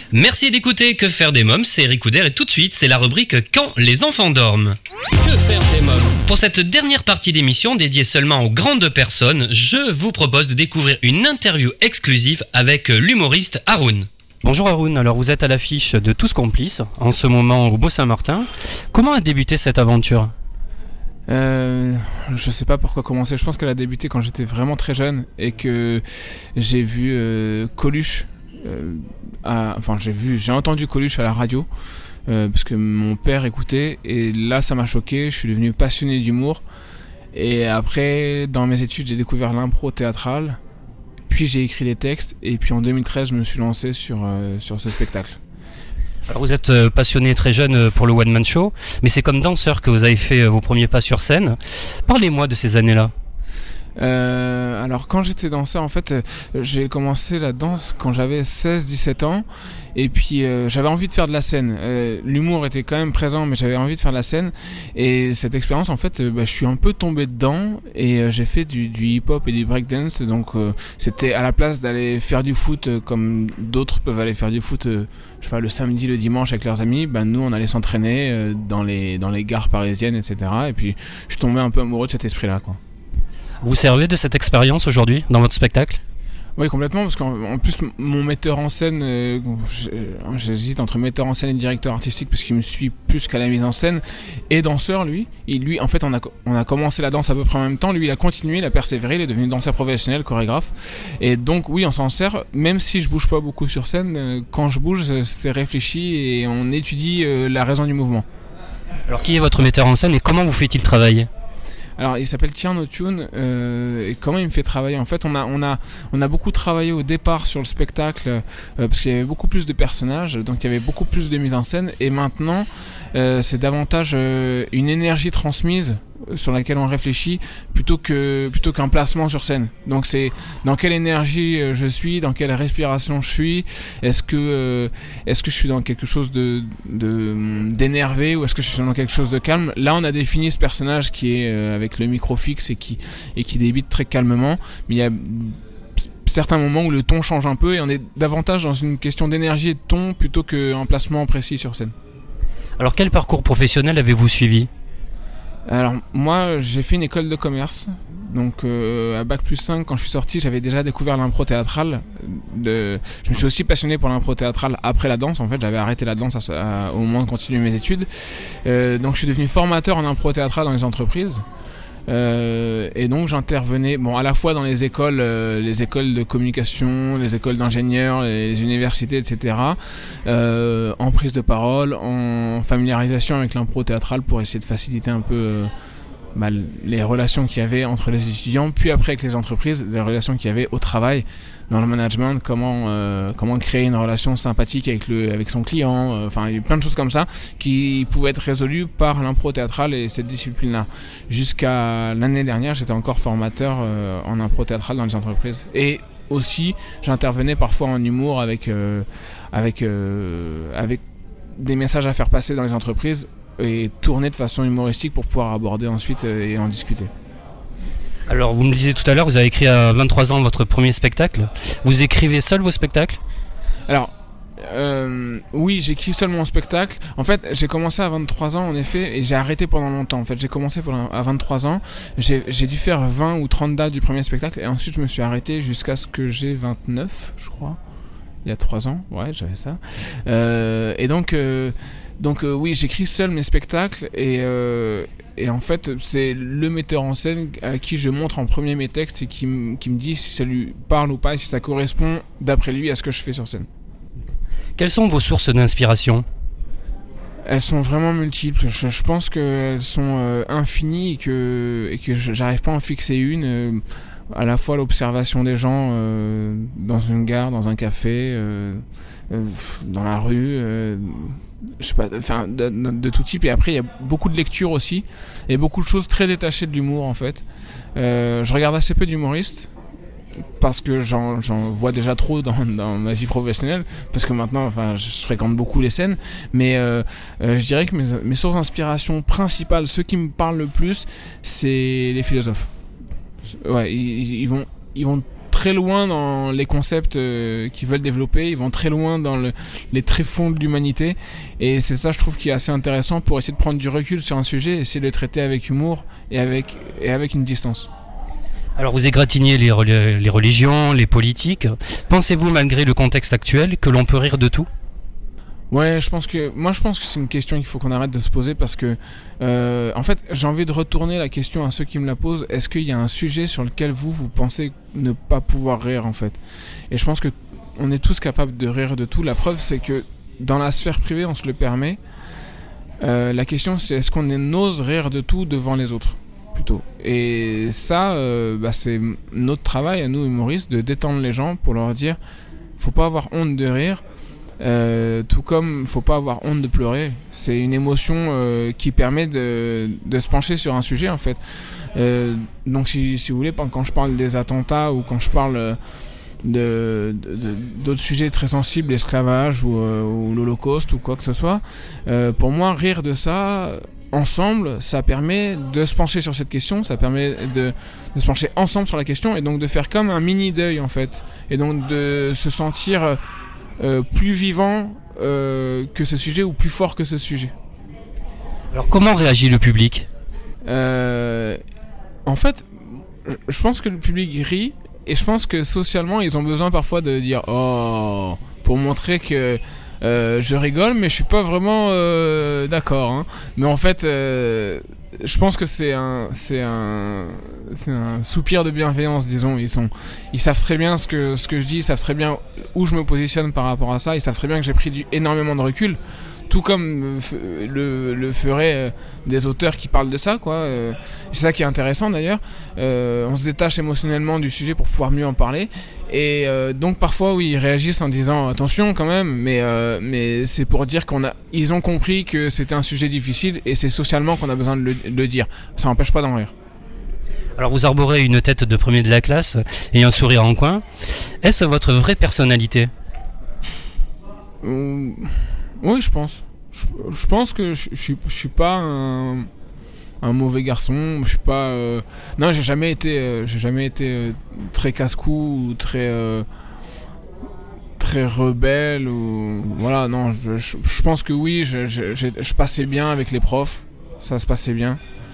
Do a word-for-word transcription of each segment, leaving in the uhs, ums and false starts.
Merci d'écouter Que faire des mômes, c'est Eric Couder et tout de suite c'est la rubrique Quand les enfants dorment. Que faire des mômes ? Pour cette dernière partie d'émission dédiée seulement aux grandes personnes, je vous propose de découvrir une interview exclusive avec l'humoriste Haroun. Bonjour Haroun, alors vous êtes à l'affiche de Tous Complices, en ce moment au Beau-Saint-Martin. Comment a débuté cette aventure ? Euh, je sais pas par quoi commencer. Je pense qu'elle a débuté quand j'étais vraiment très jeune et que j'ai vu euh, Coluche. Euh, à, enfin, j'ai vu, j'ai entendu Coluche à la radio euh, parce que mon père écoutait et là, ça m'a choqué. Je suis devenu passionné d'humour et après, dans mes études, j'ai découvert l'impro théâtrale. Puis j'ai écrit des textes et puis en deux mille treize, je me suis lancé sur euh, sur ce spectacle. Alors vous êtes euh, passionné très jeune pour le One Man Show, mais c'est comme danseur que vous avez fait euh, vos premiers pas sur scène. Parlez-moi de ces années-là. Euh, alors quand j'étais danseur, en fait, euh, j'ai commencé la danse quand j'avais seize dix-sept ans. Et puis euh, j'avais envie de faire de la scène. Euh, l'humour était quand même présent, mais j'avais envie de faire de la scène. Et cette expérience, en fait, euh, bah, je suis un peu tombé dedans. Et euh, j'ai fait du, du hip-hop et du breakdance. Donc euh, c'était à la place d'aller faire du foot euh, comme d'autres peuvent aller faire du foot, euh, je sais pas, le samedi, le dimanche avec leurs amis. Ben nous, on allait s'entraîner euh, dans les dans les gares parisiennes, et cetera. Et puis je suis tombé un peu amoureux de cet esprit-là, quoi. Vous servez de cette expérience aujourd'hui dans votre spectacle ? Oui, complètement, parce qu'en en plus, mon metteur en scène, euh, j'hésite entre metteur en scène et directeur artistique, parce qu'il me suit plus qu'à la mise en scène, et danseur, lui. Et lui, en fait, on a, on a commencé la danse à peu près en même temps. Lui, il a continué, il a persévéré, il est devenu danseur professionnel, chorégraphe. Et donc, oui, on s'en sert, même si je bouge pas beaucoup sur scène, euh, quand je bouge, c'est réfléchi et on étudie euh, la raison du mouvement. Alors, qui est votre metteur en scène et comment vous fait-il travailler ? Alors il s'appelle Tierno Tune euh, et comment il me fait travailler ? En fait on a, on, a, on a beaucoup travaillé au départ sur le spectacle euh, parce qu'il y avait beaucoup plus de personnages, donc il y avait beaucoup plus de mise en scène et maintenant euh, c'est davantage euh, une énergie transmise sur laquelle on réfléchit plutôt que plutôt qu'un placement sur scène. Donc c'est dans quelle énergie je suis, dans quelle respiration je suis, est-ce que euh, est-ce que je suis dans quelque chose de, de d'énervé ou est-ce que je suis dans quelque chose de calme. Là on a défini ce personnage qui est euh, avec le micro fixe et qui et qui débite très calmement, mais il y a certains moments où le ton change un peu et on est davantage dans une question d'énergie et de ton plutôt qu'un placement précis sur scène. Alors quel parcours professionnel avez-vous suivi ? Alors moi j'ai fait une école de commerce, donc euh, à bac plus cinq quand je suis sorti j'avais déjà découvert l'impro théâtrale. De... Je me suis aussi passionné pour l'impro théâtrale après la danse, en fait j'avais arrêté la danse à, à, au moment de continuer mes études. Euh, donc je suis devenu formateur en impro théâtrale dans les entreprises. Euh, et donc j'intervenais bon, à la fois dans les écoles, euh, les écoles de communication, les écoles d'ingénieurs, les, les universités, et cetera. Euh, en prise de parole, en familiarisation avec l'impro théâtrale pour essayer de faciliter un peu euh, bah, les relations qu'il y avait entre les étudiants, puis après avec les entreprises, les relations qu'il y avait au travail, dans le management, comment euh, comment créer une relation sympathique avec le avec son client, enfin euh, il y a plein de choses comme ça qui pouvaient être résolues par l'impro théâtrale et cette discipline-là. Jusqu'à l'année dernière, j'étais encore formateur euh, en impro théâtrale dans les entreprises et aussi j'intervenais parfois en humour avec euh, avec euh, avec des messages à faire passer dans les entreprises et tourner de façon humoristique pour pouvoir aborder ensuite euh, et en discuter. Alors vous me disiez tout à l'heure, vous avez écrit à vingt-trois ans votre premier spectacle. Vous écrivez seul vos spectacles ? Alors, euh, oui, j'écris seul mon spectacle. En fait, j'ai commencé à vingt-trois ans en effet et j'ai arrêté pendant longtemps. En fait, j'ai commencé pendant, à vingt-trois ans. J'ai, j'ai dû faire vingt ou trente dates du premier spectacle et ensuite je me suis arrêté jusqu'à ce que j'ai vingt-neuf, je crois. Il y a trois ans, ouais, j'avais ça. Euh, et donc... Euh, Donc euh, oui, j'écris seul mes spectacles et, euh, et en fait c'est le metteur en scène à qui je montre en premier mes textes et qui, m- qui me dit si ça lui parle ou pas et si ça correspond d'après lui à ce que je fais sur scène. Quelles sont vos sources d'inspiration ? Elles sont vraiment multiples, je, je pense qu'elles sont euh, infinies et que, et que je, j'arrive pas à en fixer une. Euh, à la fois l'observation des gens euh, dans une gare, dans un café, euh, euh, dans la rue, euh, je sais pas, enfin de, de, de tout type. Et après il y a beaucoup de lectures aussi et beaucoup de choses très détachées de l'humour en fait. Euh, je regarde assez peu d'humoristes parce que j'en, j'en vois déjà trop dans, dans ma vie professionnelle, parce que maintenant enfin, je fréquente beaucoup les scènes, mais euh, euh, je dirais que mes, mes sources d'inspiration principales, ceux qui me parlent le plus, c'est les philosophes. Ouais, ils, ils vont, ils vont très loin dans les concepts euh, qu'ils veulent développer, ils vont très loin dans le, les tréfonds de l'humanité, et c'est ça je trouve qui est assez intéressant pour essayer de prendre du recul sur un sujet, essayer de le traiter avec humour et avec, et avec une distance. Alors vous égratignez les, rel- les religions, les politiques. Pensez-vous, malgré le contexte actuel, que l'on peut rire de tout ? Ouais, je pense que moi je pense que c'est une question qu'il faut qu'on arrête de se poser parce que euh, en fait j'ai envie de retourner la question à ceux qui me la posent. Est-ce qu'il y a un sujet sur lequel vous vous pensez ne pas pouvoir rire en fait? Et je pense que on est tous capables de rire de tout. La preuve c'est que dans la sphère privée on se le permet. Euh, la question c'est est-ce qu'on ose rire de tout devant les autres plutôt. Et ça euh, bah, c'est notre travail à nous humoristes de détendre les gens pour leur dire faut pas avoir honte de rire. Euh, tout comme faut pas avoir honte de pleurer, c'est une émotion euh, qui permet de, de se pencher sur un sujet en fait. Euh, donc si, si vous voulez, quand je parle des attentats ou quand je parle de, de, de, d'autres sujets très sensibles, l'esclavage ou, euh, ou l'Holocauste ou quoi que ce soit, euh, pour moi rire de ça ensemble, ça permet de se pencher sur cette question, ça permet de, de se pencher ensemble sur la question et donc de faire comme un mini deuil en fait, et donc de se sentir Euh, plus vivant euh, que ce sujet ou plus fort que ce sujet. Alors comment réagit le public ? euh, En fait, je pense que le public rit et je pense que socialement ils ont besoin parfois de dire oh pour montrer que euh, je rigole mais je suis pas vraiment euh, d'accord. Hein. Mais en fait, euh, je pense que c'est un, c'est un, c'est un soupir de bienveillance, disons. Ils sont, ils savent très bien ce que, ce que je dis, ils savent très bien où je me positionne par rapport à ça. Ils savent très bien que j'ai pris du, énormément de recul, tout comme le, le feraient euh, des auteurs qui parlent de ça, quoi. Euh, c'est ça qui est intéressant d'ailleurs. Euh, on se détache émotionnellement du sujet pour pouvoir mieux en parler. Et euh, donc parfois, oui, ils réagissent en disant attention quand même, mais euh, mais c'est pour dire qu'on a, ils ont compris que c'était un sujet difficile et c'est socialement qu'on a besoin de le, de le dire. Ça n'empêche pas d'en rire. Alors vous arborez une tête de premier de la classe et un sourire en coin. Est-ce votre vraie personnalité ? euh, Oui, je pense. Je, je pense que je, je, suis, je suis pas un, un mauvais garçon. Je suis pas. Euh... Non, j'ai jamais été, euh, j'ai jamais été euh, très casse-cou ou très euh, très rebelle ou voilà. Non, je, je, je pense que oui. Je, je, je, je passais bien avec les profs. Ça se passait bien.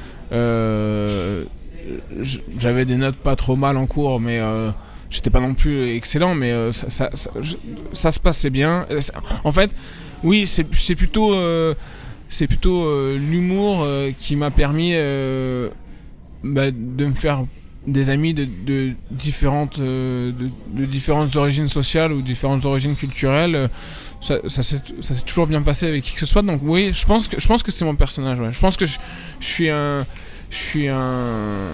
Euh, j'avais des notes pas trop mal en cours, mais euh, j'étais pas non plus excellent, mais euh, ça, ça, ça, je, ça se passait bien. En fait, oui, c'est, c'est plutôt, euh, c'est plutôt euh, l'humour euh, qui m'a permis euh, bah, de me faire des amis de, de différentes, euh, de, de différentes origines sociales ou différentes origines culturelles. Ça, ça, s'est, ça s'est toujours bien passé avec qui que ce soit. Donc oui, je pense que, je pense que c'est mon personnage. Ouais. Je pense que je, je suis un... Je suis un...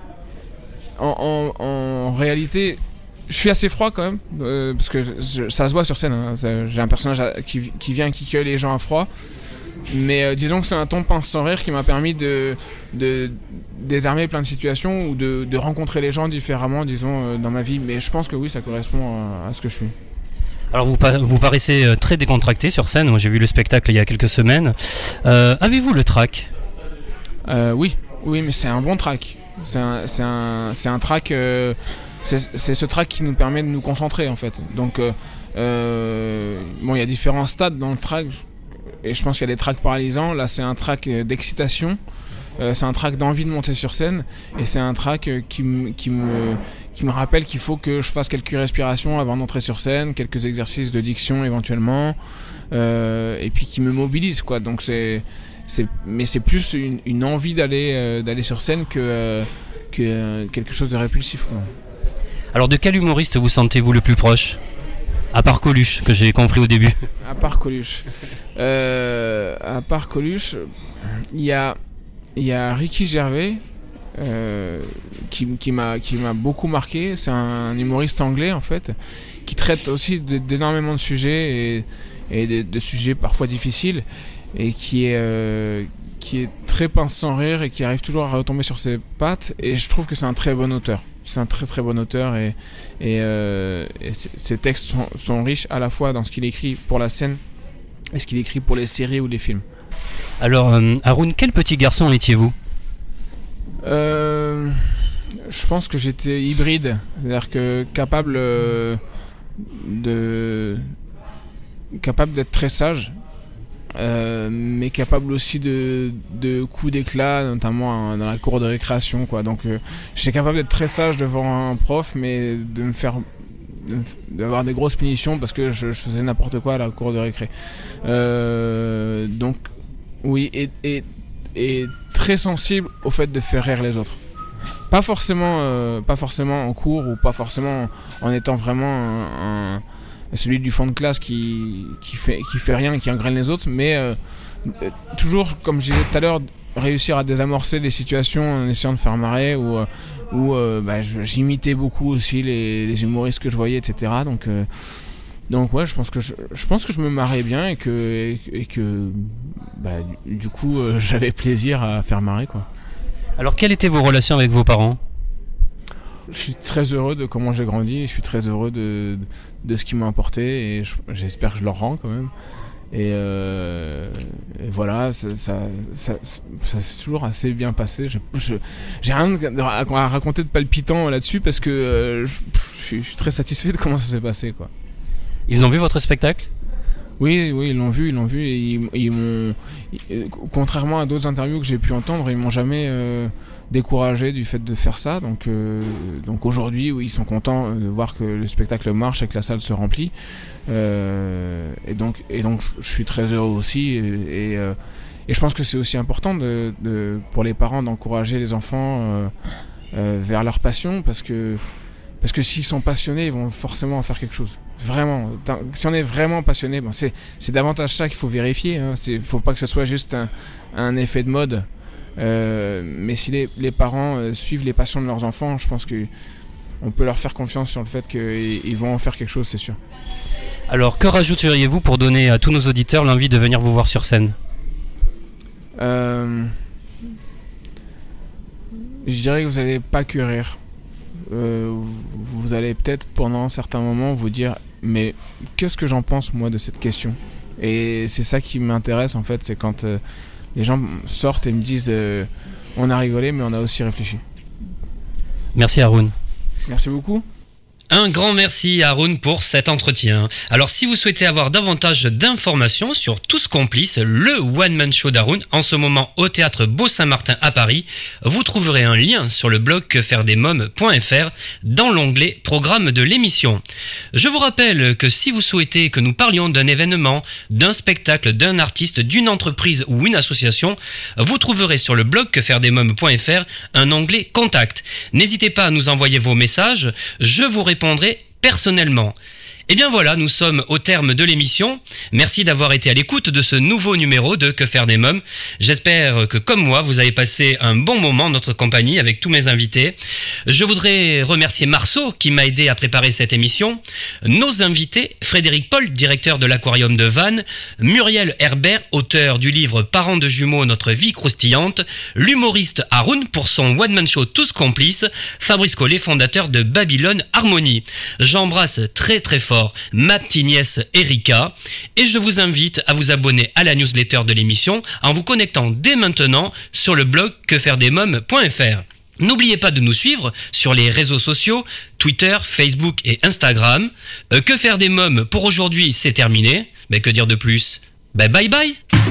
En, en, en réalité, je suis assez froid quand même, euh, parce que je, ça se voit sur scène. Hein. J'ai un personnage qui, qui vient, qui cueille les gens à froid. Mais euh, disons que c'est un ton pince sans rire qui m'a permis de, de désarmer plein de situations ou de, de rencontrer les gens différemment, disons, euh, dans ma vie. Mais je pense que oui, ça correspond à, à ce que je suis. Alors vous, vous paraissez très décontracté sur scène. Moi j'ai vu le spectacle il y a quelques semaines. Euh, avez-vous le trac ? euh, Oui. Oui, mais c'est un bon track. C'est un, c'est un, c'est un track. Euh, c'est, c'est ce track qui nous permet de nous concentrer en fait. Donc, euh, euh, bon, il y a différents stades dans le track, et je pense qu'il y a des tracks paralysants. Là, c'est un track d'excitation. Euh, c'est un track d'envie de monter sur scène, et c'est un track qui, m- qui me, qui me rappelle qu'il faut que je fasse quelques respirations avant d'entrer sur scène, quelques exercices de diction éventuellement, euh, et puis qui me mobilise quoi. Donc c'est C'est, mais c'est plus une, une envie d'aller, euh, d'aller sur scène que, euh, que euh, quelque chose de répulsif, quoi. Alors de quel humoriste vous sentez-vous le plus proche ? À part Coluche, que j'ai compris au début. À part Coluche. Euh, à part Coluche, il y a, y a Ricky Gervais, euh, qui, qui, m'a, qui m'a beaucoup marqué. C'est un humoriste anglais, en fait, qui traite aussi de, d'énormément de sujets, et, et de, de sujets parfois difficiles, et qui est, euh, qui est très pince sans rire et qui arrive toujours à retomber sur ses pattes, et je trouve que c'est un très bon auteur. C'est un très très bon auteur, et, et, euh, et ses textes sont, sont riches à la fois dans ce qu'il écrit pour la scène et ce qu'il écrit pour les séries ou les films. Alors euh, Haroun, quel petit garçon étiez-vous ? euh, Je pense que j'étais hybride, c'est-à-dire que capable euh, de capable d'être très sage, euh, mais capable aussi de de coups d'éclat, notamment dans la cour de récréation, quoi. Donc euh, j'étais capable d'être très sage devant un prof, mais de me faire d'avoir des grosses punitions parce que je, je faisais n'importe quoi à la cour de récré. Euh, donc oui, et, et, et très sensible au fait de faire rire les autres. Pas forcément, euh, pas forcément en cours ou pas forcément en étant vraiment un, un, celui du fond de classe qui, qui, fait, qui fait rien et qui engraine les autres, mais euh, toujours, comme je disais tout à l'heure, réussir à désamorcer les situations en essayant de faire marrer ou, ou euh, bah, j'imitais beaucoup aussi les, les humoristes que je voyais, et cetera. Donc, euh, donc ouais, je pense que je, je pense que je me marrais bien et que, et, et que bah, du, du coup euh, j'avais plaisir à faire marrer, quoi. Alors, quelles étaient vos relations avec vos parents ? Je suis très heureux de comment j'ai grandi, je suis très heureux de, de ce qu'ils m'ont apporté et je, j'espère que je leur rends quand même. Et, euh, et voilà, ça, ça, ça, ça s'est toujours assez bien passé. Je, je, j'ai rien à raconter de palpitant là-dessus parce que euh, je, je, je suis très satisfait de comment ça s'est passé, quoi. Ils ont vu votre spectacle ? Oui, oui, ils l'ont vu, ils l'ont vu et ils, ils m'ont, ils, contrairement à d'autres interviews que j'ai pu entendre, ils m'ont jamais euh, découragé du fait de faire ça. Donc, euh, donc aujourd'hui, oui, ils sont contents de voir que le spectacle marche et que la salle se remplit. Euh, et donc, et donc, je suis très heureux aussi. Et, et, euh, et je pense que c'est aussi important de, de, pour les parents d'encourager les enfants euh, euh, vers leur passion, parce que Parce que s'ils sont passionnés, ils vont forcément en faire quelque chose. Vraiment. Si on est vraiment passionné, bon, c'est, c'est davantage ça qu'il faut vérifier. Il hein. ne faut pas que ce soit juste un, un effet de mode. Euh, mais si les, les parents euh, suivent les passions de leurs enfants, je pense qu'on peut leur faire confiance sur le fait qu'ils vont en faire quelque chose, c'est sûr. Alors, que rajouteriez-vous pour donner à tous nos auditeurs l'envie de venir vous voir sur scène ? euh, Je dirais que vous n'allez pas que rire. Euh, vous allez peut-être pendant certains moments vous dire mais qu'est-ce que j'en pense moi de cette question, et c'est ça qui m'intéresse en fait, c'est quand euh, les gens sortent et me disent euh, on a rigolé mais on a aussi réfléchi. Merci Haroun. Merci beaucoup. Un grand merci à Haroun pour cet entretien. Alors si vous souhaitez avoir davantage d'informations sur Tous Complices, le one-man show d'Haroun, en ce moment au théâtre Beau-Saint-Martin à Paris, vous trouverez un lien sur le blog que faire des mômes point f r dans l'onglet programme de l'émission. Je vous rappelle que si vous souhaitez que nous parlions d'un événement, d'un spectacle, d'un artiste, d'une entreprise ou une association, vous trouverez sur le blog que faire des mômes point f r un onglet contact. N'hésitez pas à nous envoyer vos messages, je vous répondrai personnellement. Et bien voilà, nous sommes au terme de l'émission. Merci d'avoir été à l'écoute de ce nouveau numéro de Que faire des mômes. J'espère que comme moi, vous avez passé un bon moment en notre compagnie avec tous mes invités. Je voudrais remercier Marceau qui m'a aidé à préparer cette émission. Nos invités, Frédéric Paul, directeur de l'Aquarium de Vannes, Muriel Herbert, auteur du livre Parents de jumeaux, notre vie croustillante, l'humoriste Haroun pour son one-man show Tous Complices, Fabrice Collet, fondateur de Babylone Harmonie. J'embrasse très très fort ma petite nièce Erika et je vous invite à vous abonner à la newsletter de l'émission en vous connectant dès maintenant sur le blog que faire des mômes point f r. N'oubliez pas de nous suivre sur les réseaux sociaux, Twitter, Facebook et Instagram. Euh, que faire des mômes pour aujourd'hui, c'est terminé. Mais que dire de plus ? Bah, bye bye.